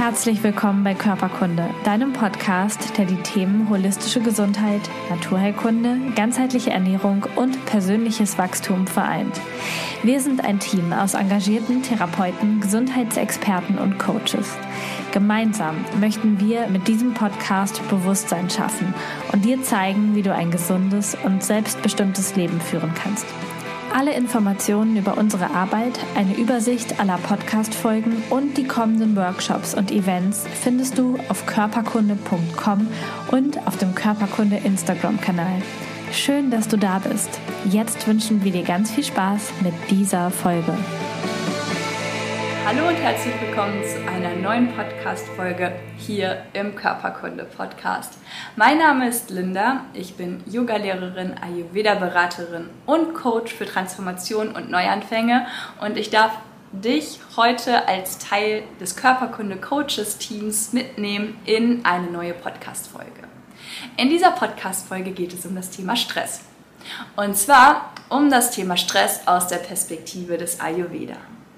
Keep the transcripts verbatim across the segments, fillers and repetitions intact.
Herzlich willkommen bei Körperkunde, deinem Podcast, der die Themen holistische Gesundheit, Naturheilkunde, ganzheitliche Ernährung und persönliches Wachstum vereint. Wir sind ein Team aus engagierten Therapeuten, Gesundheitsexperten und Coaches. Gemeinsam möchten wir mit diesem Podcast Bewusstsein schaffen und dir zeigen, wie du ein gesundes und selbstbestimmtes Leben führen kannst. Alle Informationen über unsere Arbeit, eine Übersicht aller Podcast-Folgen und die kommenden Workshops und Events findest du auf körperkunde punkt com und auf dem Körperkunde-Instagram-Kanal. Schön, dass du da bist. Jetzt wünschen wir dir ganz viel Spaß mit dieser Folge. Hallo und herzlich willkommen zu einer neuen Podcast-Folge hier im Körperkunde-Podcast. Mein Name ist Linda, ich bin Yoga-Lehrerin, Ayurveda-Beraterin und Coach für Transformation und Neuanfänge und ich darf dich heute als Teil des Körperkunde-Coaches-Teams mitnehmen in eine neue Podcast-Folge. In dieser Podcast-Folge geht es um das Thema Stress. Und zwar um das Thema Stress aus der Perspektive des Ayurveda.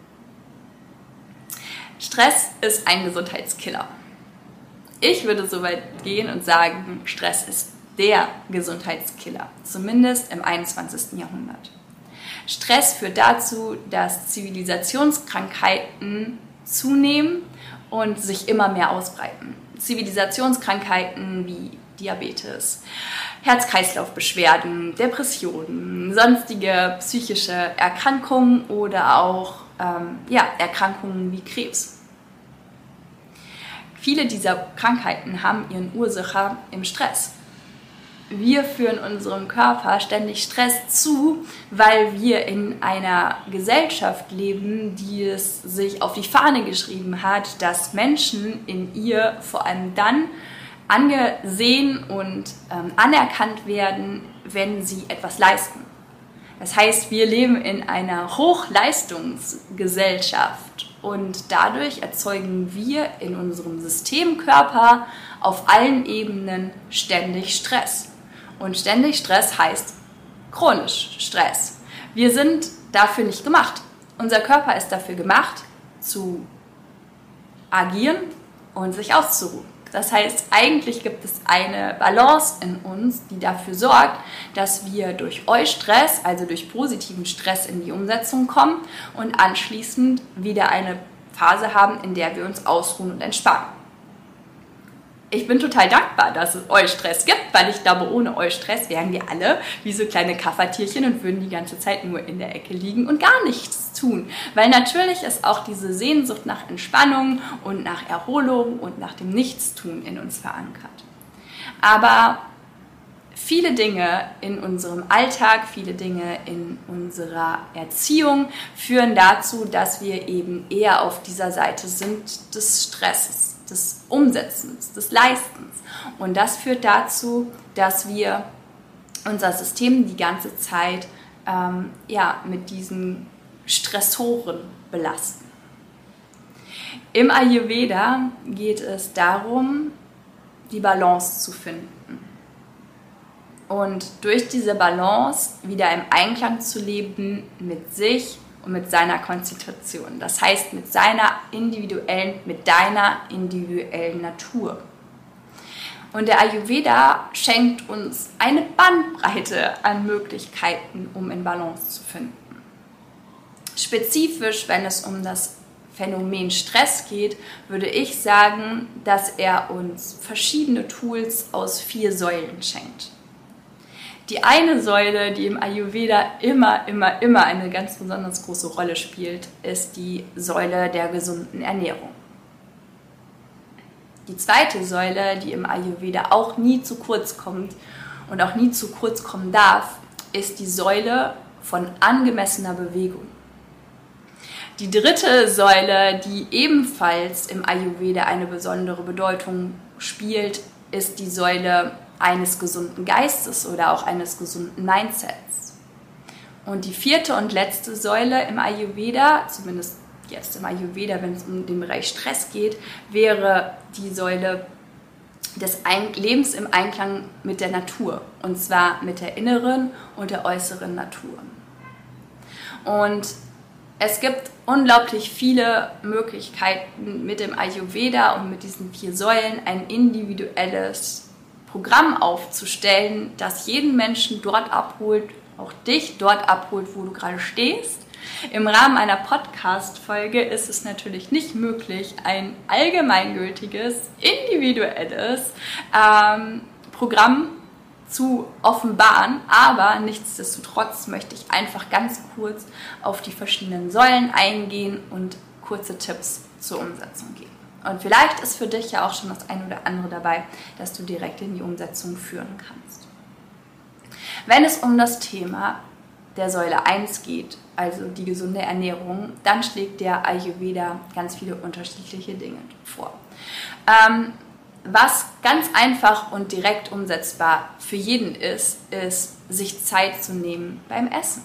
Stress ist ein Gesundheitskiller. Ich würde so weit gehen und sagen, Stress ist der Gesundheitskiller, zumindest im einundzwanzigsten Jahrhundert. Stress führt dazu, dass Zivilisationskrankheiten zunehmen und sich immer mehr ausbreiten. Zivilisationskrankheiten wie Diabetes, Herz-Kreislauf-Beschwerden, Depressionen, sonstige psychische Erkrankungen oder auch ähm, ja, Erkrankungen wie Krebs. Viele dieser Krankheiten haben ihren Ursache im Stress. Wir führen unserem Körper ständig Stress zu, weil wir in einer Gesellschaft leben, die es sich auf die Fahne geschrieben hat, dass Menschen in ihr vor allem dann angesehen und ähm, anerkannt werden, wenn sie etwas leisten. Das heißt, wir leben in einer Hochleistungsgesellschaft und dadurch erzeugen wir in unserem Systemkörper auf allen Ebenen ständig Stress. Und ständig Stress heißt chronisch Stress. Wir sind dafür nicht gemacht. Unser Körper ist dafür gemacht, zu agieren und sich auszuruhen. Das heißt, eigentlich gibt es eine Balance in uns, die dafür sorgt, dass wir durch Eustress, also durch positiven Stress in die Umsetzung kommen und anschließend wieder eine Phase haben, in der wir uns ausruhen und entspannen. Ich bin total dankbar, dass es Eustress gibt, weil ich glaube, ohne Eustress wären wir alle wie so kleine Kaffertierchen und würden die ganze Zeit nur in der Ecke liegen und gar nichts tun. Weil natürlich ist auch diese Sehnsucht nach Entspannung und nach Erholung und nach dem Nichtstun in uns verankert. Aber viele Dinge in unserem Alltag, viele Dinge in unserer Erziehung führen dazu, dass wir eben eher auf dieser Seite sind des Stresses, des Umsetzens, des Leistens. Und das führt dazu, dass wir unser System die ganze Zeit ähm, ja, mit diesen Stressoren belasten. Im Ayurveda geht es darum, die Balance zu finden. Und durch diese Balance wieder im Einklang zu leben mit sich und mit seiner Konstitution. Das heißt, mit seiner individuellen, mit deiner individuellen Natur. Und der Ayurveda schenkt uns eine Bandbreite an Möglichkeiten, um in Balance zu finden. Spezifisch, wenn es um das Phänomen Stress geht, würde ich sagen, dass er uns verschiedene Tools aus vier Säulen schenkt. Die eine Säule, die im Ayurveda immer, immer, immer eine ganz besonders große Rolle spielt, ist die Säule der gesunden Ernährung. Die zweite Säule, die im Ayurveda auch nie zu kurz kommt und auch nie zu kurz kommen darf, ist die Säule von angemessener Bewegung. Die dritte Säule, die ebenfalls im Ayurveda eine besondere Bedeutung spielt, ist die Säule eines gesunden Geistes oder auch eines gesunden Mindsets. Und die vierte und letzte Säule im Ayurveda, zumindest jetzt im Ayurveda, wenn es um den Bereich Stress geht, wäre die Säule des Lebens im Einklang mit der Natur. Und zwar mit der inneren und der äußeren Natur. Und es gibt unglaublich viele Möglichkeiten mit dem Ayurveda und mit diesen vier Säulen ein individuelles Programm aufzustellen, das jeden Menschen dort abholt, auch dich dort abholt, wo du gerade stehst. Im Rahmen einer Podcast-Folge ist es natürlich nicht möglich, ein allgemeingültiges, individuelles ähm, Programm zu offenbaren, aber nichtsdestotrotz möchte ich einfach ganz kurz auf die verschiedenen Säulen eingehen und kurze Tipps zur Umsetzung geben. Und vielleicht ist für dich ja auch schon das ein oder andere dabei, dass du direkt in die Umsetzung führen kannst. Wenn es um das Thema der Säule eins geht, also die gesunde Ernährung, dann schlägt der Ayurveda ganz viele unterschiedliche Dinge vor. Ähm, Was ganz einfach und direkt umsetzbar für jeden ist, ist, sich Zeit zu nehmen beim Essen.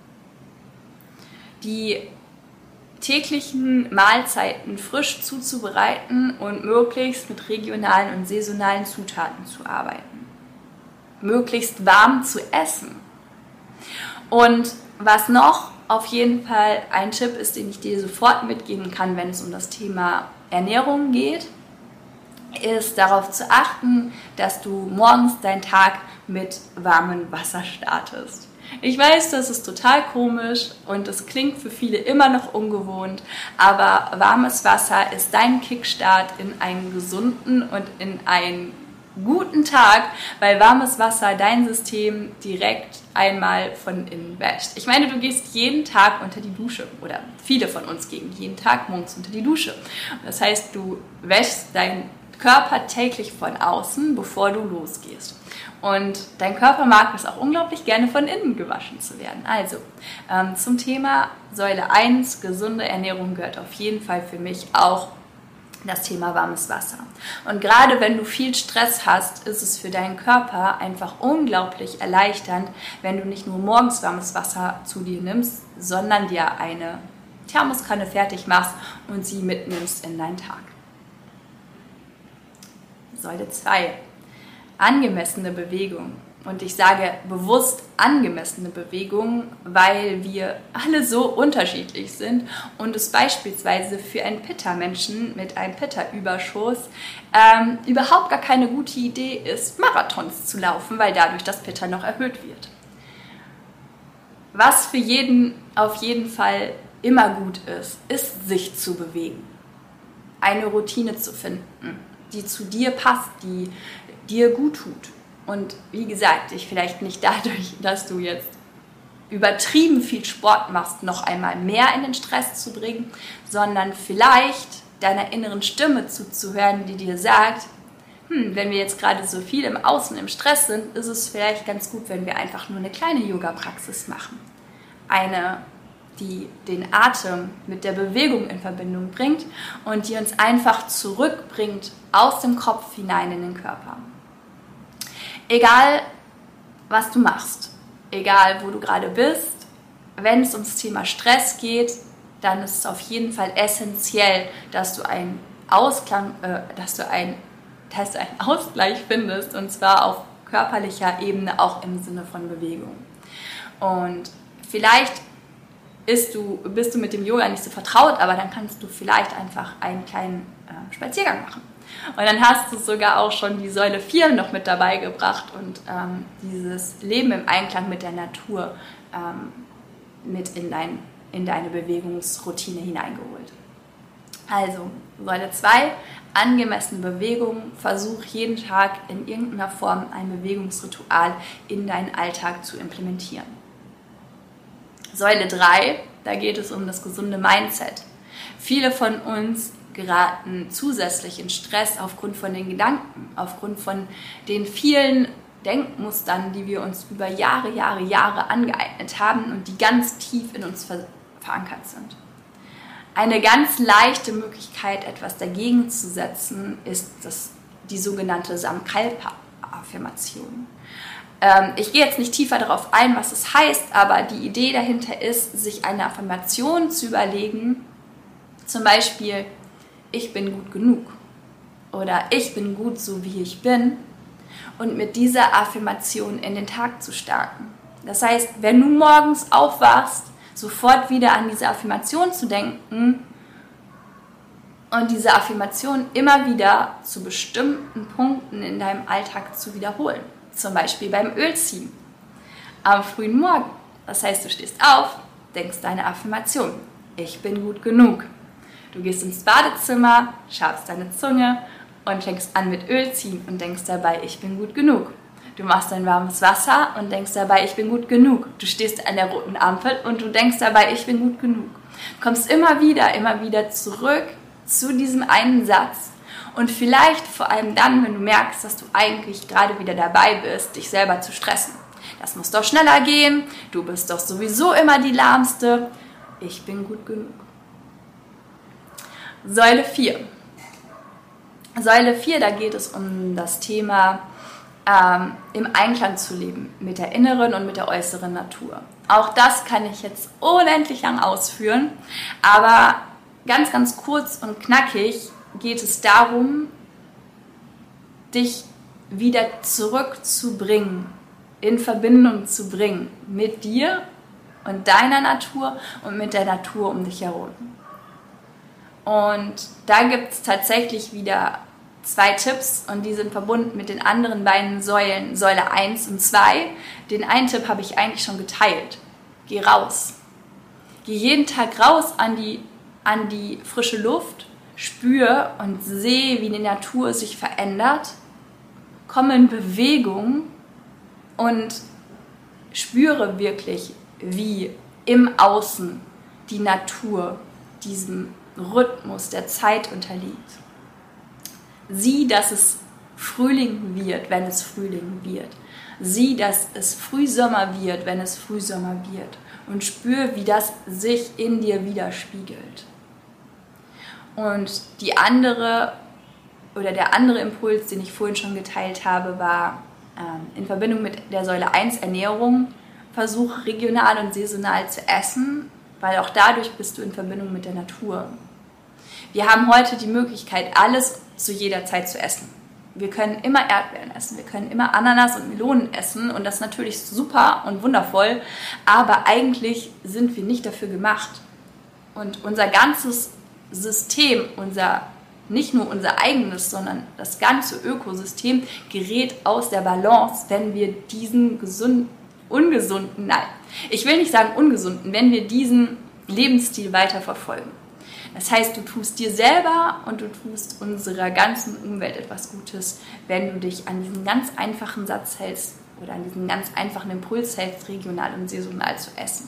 Die täglichen Mahlzeiten frisch zuzubereiten und möglichst mit regionalen und saisonalen Zutaten zu arbeiten. Möglichst warm zu essen. Und was noch auf jeden Fall ein Tipp ist, den ich dir sofort mitgeben kann, wenn es um das Thema Ernährung geht, ist darauf zu achten, dass du morgens deinen Tag mit warmem Wasser startest. Ich weiß, das ist total komisch und es klingt für viele immer noch ungewohnt, aber warmes Wasser ist dein Kickstart in einen gesunden und in einen guten Tag, weil warmes Wasser dein System direkt einmal von innen wäscht. Ich meine, du gehst jeden Tag unter die Dusche oder viele von uns gehen jeden Tag morgens unter die Dusche. Das heißt, du wäschst deinen Körper täglich von außen, bevor du losgehst. Und dein Körper mag es auch unglaublich gerne, von innen gewaschen zu werden. Also ähm, zum Thema Säule eins, gesunde Ernährung, gehört auf jeden Fall für mich auch das Thema warmes Wasser. Und gerade wenn du viel Stress hast, ist es für deinen Körper einfach unglaublich erleichternd, wenn du nicht nur morgens warmes Wasser zu dir nimmst, sondern dir eine Thermoskanne fertig machst und sie mitnimmst in deinen Tag. Säule zwei. Angemessene Bewegung. Und ich sage bewusst angemessene Bewegung, weil wir alle so unterschiedlich sind und es beispielsweise für einen Pitta-Menschen mit einem Pitta-Überschuss ähm, überhaupt gar keine gute Idee ist, Marathons zu laufen, weil dadurch das Pitta noch erhöht wird. Was für jeden auf jeden Fall immer gut ist, ist sich zu bewegen. Eine Routine zu finden, die zu dir passt, die dir gut tut. Und wie gesagt, dich vielleicht nicht dadurch, dass du jetzt übertrieben viel Sport machst, noch einmal mehr in den Stress zu bringen, sondern vielleicht deiner inneren Stimme zuzuhören, die dir sagt, hm, wenn wir jetzt gerade so viel im Außen im Stress sind, ist es vielleicht ganz gut, wenn wir einfach nur eine kleine Yoga-Praxis machen. Eine, die den Atem mit der Bewegung in Verbindung bringt und die uns einfach zurückbringt aus dem Kopf hinein in den Körper. Egal, was du machst, egal, wo du gerade bist, wenn es ums Thema Stress geht, dann ist es auf jeden Fall essentiell, dass du einen Ausklang, äh, dass du ein, dass du einen Ausgleich findest, und zwar auf körperlicher Ebene, auch im Sinne von Bewegung. Und vielleicht ist du, bist du mit dem Yoga nicht so vertraut, aber dann kannst du vielleicht einfach einen kleinen äh, Spaziergang machen. Und dann hast du sogar auch schon die Säule vier noch mit dabei gebracht und ähm, dieses Leben im Einklang mit der Natur ähm, mit in, dein, in deine Bewegungsroutine hineingeholt. Also Säule zwei, angemessene Bewegung. Versuch jeden Tag in irgendeiner Form ein Bewegungsritual in deinen Alltag zu implementieren. Säule drei, da geht es um das gesunde Mindset. Viele von uns geraten zusätzlich in Stress aufgrund von den Gedanken, aufgrund von den vielen Denkmustern, die wir uns über Jahre, Jahre, Jahre angeeignet haben und die ganz tief in uns ver- verankert sind. Eine ganz leichte Möglichkeit, etwas dagegen zu setzen, ist das, die sogenannte Sankalpa-Affirmation. Ähm, ich gehe jetzt nicht tiefer darauf ein, was es heißt, aber die Idee dahinter ist, sich eine Affirmation zu überlegen, zum Beispiel, ich bin gut genug oder ich bin gut so, wie ich bin, und mit dieser Affirmation in den Tag zu starten. Das heißt, wenn du morgens aufwachst, sofort wieder an diese Affirmation zu denken und diese Affirmation immer wieder zu bestimmten Punkten in deinem Alltag zu wiederholen. Zum Beispiel beim Ölziehen am frühen Morgen. Das heißt, du stehst auf, denkst deine Affirmation: Ich bin gut genug. Du gehst ins Badezimmer, schabst deine Zunge und fängst an mit Ölziehen und denkst dabei: Ich bin gut genug. Du machst ein warmes Wasser und denkst dabei: Ich bin gut genug. Du stehst an der roten Ampel und du denkst dabei: Ich bin gut genug. Du kommst immer wieder, immer wieder zurück zu diesem einen Satz. Und vielleicht vor allem dann, wenn du merkst, dass du eigentlich gerade wieder dabei bist, dich selber zu stressen. Das muss doch schneller gehen, du bist doch sowieso immer die Lahmste. Ich bin gut genug. Säule vier. Säule vier, da geht es um das Thema ähm, im Einklang zu leben mit der inneren und mit der äußeren Natur. Auch das kann ich jetzt unendlich lang ausführen, aber ganz, ganz kurz und knackig geht es darum, dich wieder zurückzubringen, in Verbindung zu bringen mit dir und deiner Natur und mit der Natur um dich herum. Und da gibt es tatsächlich wieder zwei Tipps und die sind verbunden mit den anderen beiden Säulen, Säule eins und zwei. Den einen Tipp habe ich eigentlich schon geteilt. Geh raus. Geh jeden Tag raus an die, an die frische Luft, spür und sehe, wie die Natur sich verändert. Komm in Bewegung und spüre wirklich, wie im Außen die Natur diesem Rhythmus der Zeit unterliegt. Sieh, dass es Frühling wird, wenn es Frühling wird. Sieh, dass es Frühsommer wird, wenn es Frühsommer wird. Und spür, wie das sich in dir widerspiegelt. Und die andere oder der andere Impuls, den ich vorhin schon geteilt habe, war ähm, in Verbindung mit der Säule eins Ernährung. Versuch regional und saisonal zu essen, weil auch dadurch bist du in Verbindung mit der Natur. Wir haben heute die Möglichkeit, alles zu jeder Zeit zu essen. Wir können immer Erdbeeren essen, wir können immer Ananas und Melonen essen und das ist natürlich super und wundervoll, aber eigentlich sind wir nicht dafür gemacht. Und unser ganzes System, unser, nicht nur unser eigenes, sondern das ganze Ökosystem gerät aus der Balance, wenn wir diesen gesunden, ungesunden, nein, ich will nicht sagen ungesunden, wenn wir diesen Lebensstil weiter verfolgen. Das heißt, du tust dir selber und du tust unserer ganzen Umwelt etwas Gutes, wenn du dich an diesen ganz einfachen Satz hältst oder an diesen ganz einfachen Impuls hältst, regional und saisonal zu essen.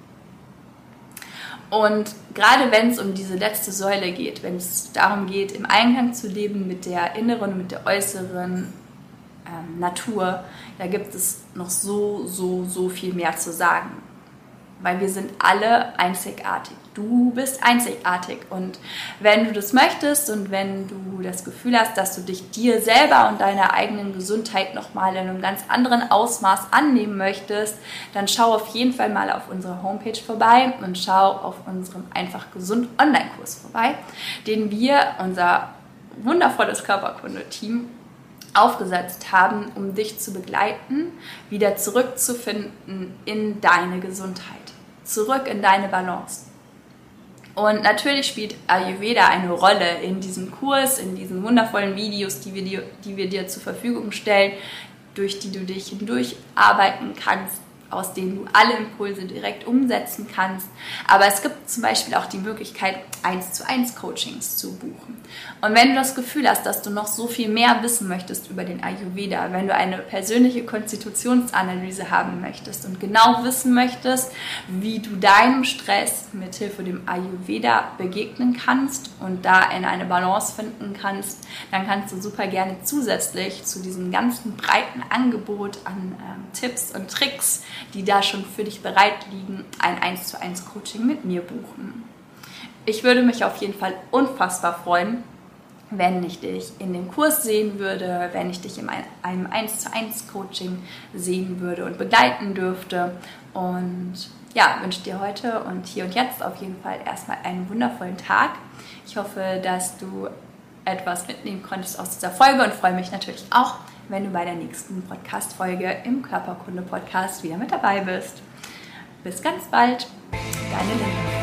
Und gerade wenn es um diese letzte Säule geht, wenn es darum geht, im Einklang zu leben mit der inneren und mit der äußeren ähm, Natur, da gibt es noch so, so, so viel mehr zu sagen. Weil wir sind alle einzigartig. Du bist einzigartig und wenn du das möchtest und wenn du das Gefühl hast, dass du dich dir selber und deiner eigenen Gesundheit nochmal in einem ganz anderen Ausmaß annehmen möchtest, dann schau auf jeden Fall mal auf unserer Homepage vorbei und schau auf unserem Einfach Gesund Online-Kurs vorbei, den wir, unser wundervolles Körperkunde-Team, aufgesetzt haben, um dich zu begleiten, wieder zurückzufinden in deine Gesundheit, zurück in deine Balance. Und natürlich spielt Ayurveda eine Rolle in diesem Kurs, in diesen wundervollen Videos, die wir dir, die wir dir zur Verfügung stellen, durch die du dich hindurch arbeiten kannst, aus denen du alle Impulse direkt umsetzen kannst. Aber es gibt zum Beispiel auch die Möglichkeit, eins zu eins Coachings zu buchen. Und wenn du das Gefühl hast, dass du noch so viel mehr wissen möchtest über den Ayurveda, wenn du eine persönliche Konstitutionsanalyse haben möchtest und genau wissen möchtest, wie du deinem Stress mithilfe dem Ayurveda begegnen kannst und da in eine Balance finden kannst, dann kannst du super gerne zusätzlich zu diesem ganzen breiten Angebot an ähm, Tipps und Tricks, die da schon für dich bereit liegen, ein eins zu eins Coaching mit mir buchen. Ich würde mich auf jeden Fall unfassbar freuen, wenn ich dich in dem Kurs sehen würde, wenn ich dich in einem eins zu eins Coaching sehen würde und begleiten dürfte. Und ja, wünsche dir heute und hier und jetzt auf jeden Fall erstmal einen wundervollen Tag. Ich hoffe, dass du etwas mitnehmen konntest aus dieser Folge und freue mich natürlich auch, wenn du bei der nächsten Podcast-Folge im Körperkunde-Podcast wieder mit dabei bist. Bis ganz bald! Deine Linda.